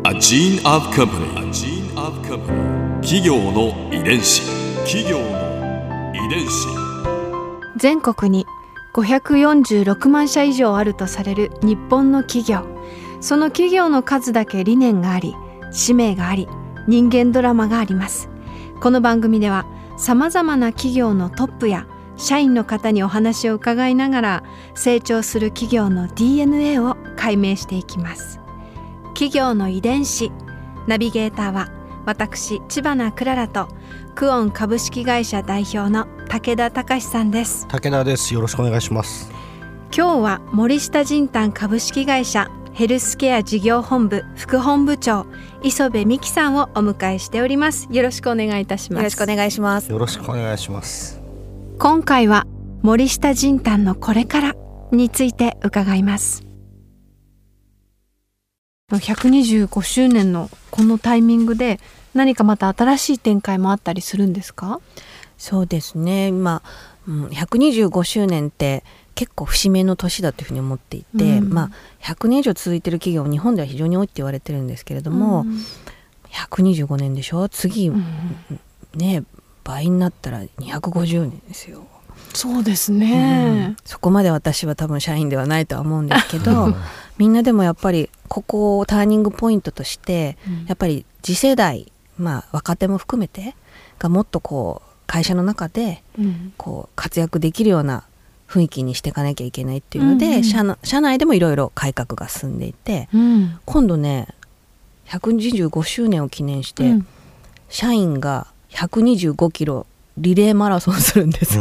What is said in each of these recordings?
A gene of company. A gene of company. 企業の遺伝子。企業の遺伝子。 全国に546万社以上あるとされる日本の企業。その企業の数だけ理念があり、使命があり、人間ドラマがあります。この番組ではさまざまな企業のトップや社員の方にお話を伺いながら、成長する企業の DNA を解明していきます。企業の遺伝子。ナビゲーターは私知花くららとクオン株式会社代表の武田隆さんです。 武田です。よろしくお願いします。 今日は森下仁丹株式会社ヘルスケア事業本部副本部長磯部美希さんをお迎えしております。よろしくお願いいたします。 よろしくお願いします。 よろしくお願いします。 今回は森下仁丹のこれからについて伺います。125周年のこのタイミングで何かまた新しい展開もあったりするんですか？ そうですね、今125周年って結構節目の年だというふうに思っていて、100年以上続いている企業日本では非常に多いって言われてるんですけれども、125年でしょ、次、ね、倍になったら250年ですよ。 そうですね、 そこまで私は多分社員ではないとは思うんですけどみんなでもやっぱりここをターニングポイントとして、やっぱり次世代、若手も含めてがもっとこう会社の中でこう活躍できるような雰囲気にしていかなきゃいけないっていうので、社内でもいろいろ改革が進んでいて、今度ね125周年を記念して、社員が125キロリレーマラソンするんです、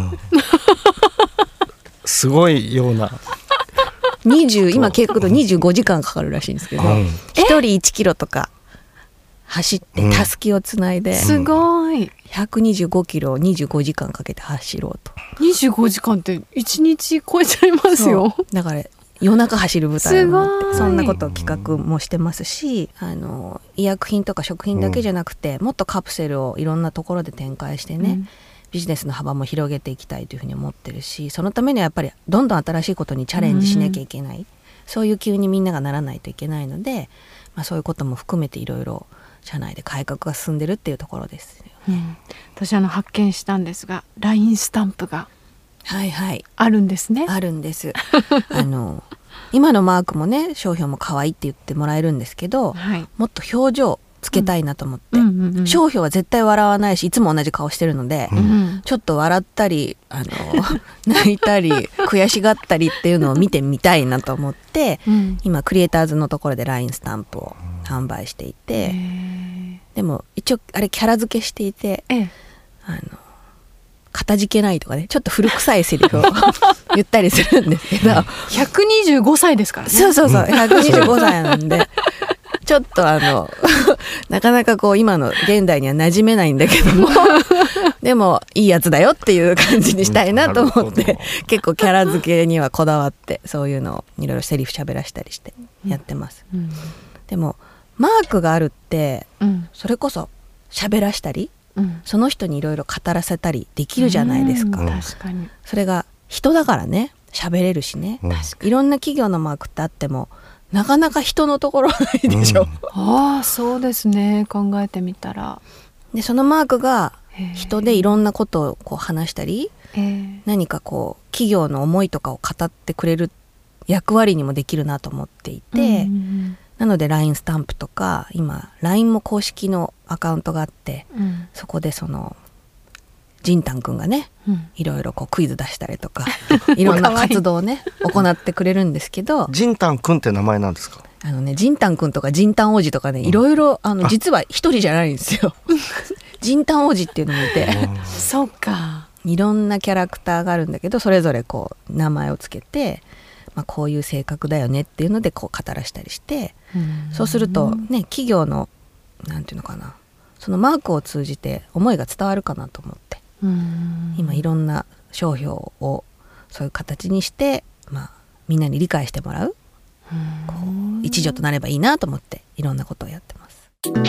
すごいような今結構25時間かかるらしいんですけど、1人1キロとか走ってたすきをつないで、 すごい 125キロを25時間かけて走ろうと。 25時間って1日超えちゃいますよ。 だから夜中走る舞台を持ってそんなことを企画もしてますし、医薬品とか食品だけじゃなくて、もっとカプセルをいろんなところで展開してね、ビジネスの幅も広げていきたいというふうに思ってるし、そのためにはやっぱりどんどん新しいことにチャレンジしなきゃいけない、そういう急にみんながならないといけないので、そういうことも含めていろいろ社内で改革が進んでるっていうところですよね。 私発見したんですが、 LINE スタンプがあるんですね。 あるんです今のマークもね、商標も可愛いって言ってもらえるんですけど、もっと表情つけたいなと思って、商標は絶対笑わないし、いつも同じ顔してるので、ちょっと笑ったり泣いたり悔しがったりっていうのを見てみたいなと思って、今クリエイターズのところで LINE スタンプを販売していて、でも一応あれキャラ付けしていて、かたじけないとかね、ちょっと古臭いセリフを言ったりするんですけど 125歳ですからね。 そう125歳なんでちょっとなかなかこう今の現代には馴染めないんだけどもでもいいやつだよっていう感じにしたいなと思って、結構キャラ付けにはこだわって、そういうのをいろいろセリフ喋らしたりしてやってます、でもマークがあるって、それこそ喋らしたり、その人にいろいろ語らせたりできるじゃないですか、 確かに。 それが人だからね、喋れるしね、いろんな企業のマークってあってもなかなか人のところはないでしょ、 そうですね、考えてみたら。 でそのマークが人でいろんなことをこう話したり、何かこう企業の思いとかを語ってくれる役割にもできるなと思っていて、なので LINE スタンプとか、今 LINE も公式のアカウントがあって、そこでその仁丹くんがね、いろいろこうクイズ出したりとかいろんな活動をね行ってくれるんですけど仁丹くんって名前なんですか？ 仁丹くんとか仁丹王子とかね、いろいろ実は一人じゃないんですよ仁丹王子っていうのもいてそうか、 いろんなキャラクターがあるんだけど、それぞれこう名前をつけて、こういう性格だよねっていうのでこう語らしたりして、そうするとね、企業のなんていうのかな、そのマークを通じて思いが伝わるかなと思って、今いろんな商標をそういう形にして、みんなに理解してもらう、こう一助となればいいなと思っていろんなことをやってます。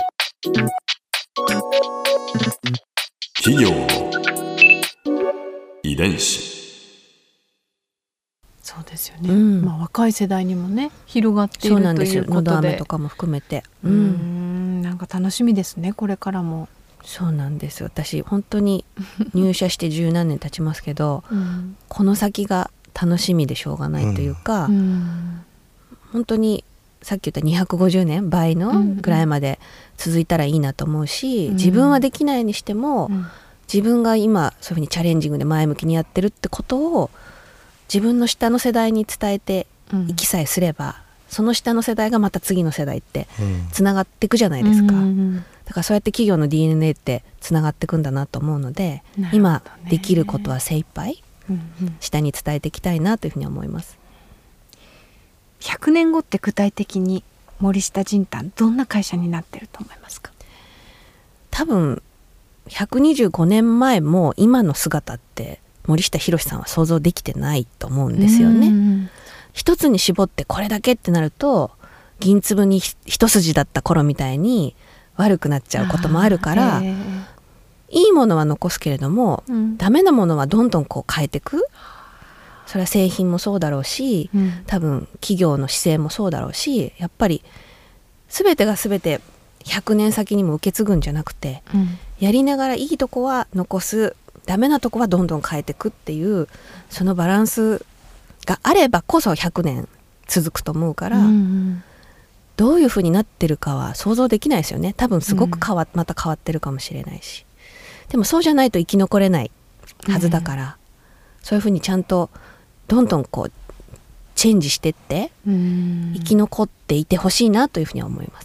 企業の遺伝子。 そうですよね、 若い世代にもね広がっているそうなんですよ。 ということで、 のど飴とかも含めて、 なんか楽しみですねこれからも。 そうなんです。私本当に入社して十何年経ちますけど、この先が楽しみでしょうがないというか、本当にさっき言った250年倍のぐらいまで続いたらいいなと思うし、自分はできないにしても、自分が今そういうふうにチャレンジングで前向きにやってるってことを自分の下の世代に伝えていきさえすれば、その下の世代がまた次の世代ってつながっていくじゃないですか。だからそうやって企業の DNA ってつながっていくんだなと思うので、今できることは精一杯下に伝えていきたいなというふうに思います。 100年後って具体的に森下仁丹どんな会社になってると思いますか？ 多分125年前も今の姿って森下博さんは想像できてないと思うんですよね。一つに絞ってこれだけってなると銀粒に一筋だった頃みたいに悪くなっちゃうこともあるから、いいものは残すけれども、ダメなものはどんどんこう変えていく。それは製品もそうだろうし、多分企業の姿勢もそうだろうし、やっぱり全てが全て100年先にも受け継ぐんじゃなくて、やりながらいいとこは残す、ダメなとこはどんどん変えていくっていう、そのバランスがあればこそ100年続くと思うから、どういう風になってるかは想像できないですよね。多分すごくまた変わってるかもしれないし、でもそうじゃないと生き残れないはずだから、そういう風にちゃんとどんどんこうチェンジしてって生き残っていてほしいなというふうには思います。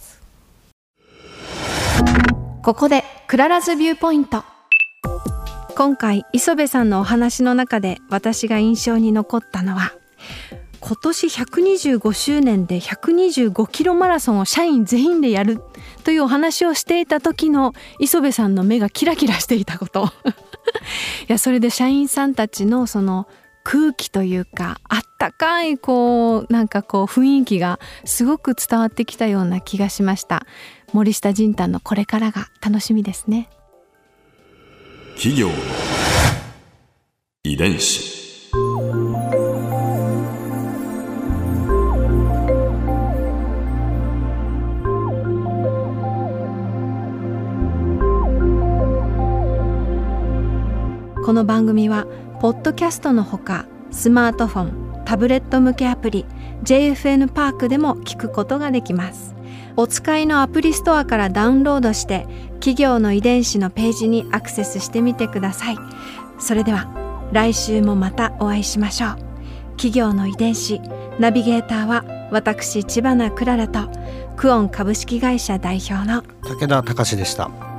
ここでクララズビューポイント。今回磯部さんのお話の中で私が印象に残ったのは、今年125周年で125キロマラソンを社員全員でやるというお話をしていた時の磯部さんの目がキラキラしていたこといや、それで社員さんたちのその空気というか、あったかいなんか雰囲気がすごく伝わってきたような気がしました。森下仁丹のこれからが楽しみですね。 企業の遺伝子。 この番組はポッドキャストのほか、スマートフォン、タブレット向けアプリ JFN パークでも聞くことができます。お使いのアプリストアからダウンロードして企業の遺伝子のページにアクセスしてみてください。それでは来週もまたお会いしましょう。企業の遺伝子ナビゲーターは私、知花くららとクオン株式会社代表の武田隆でした。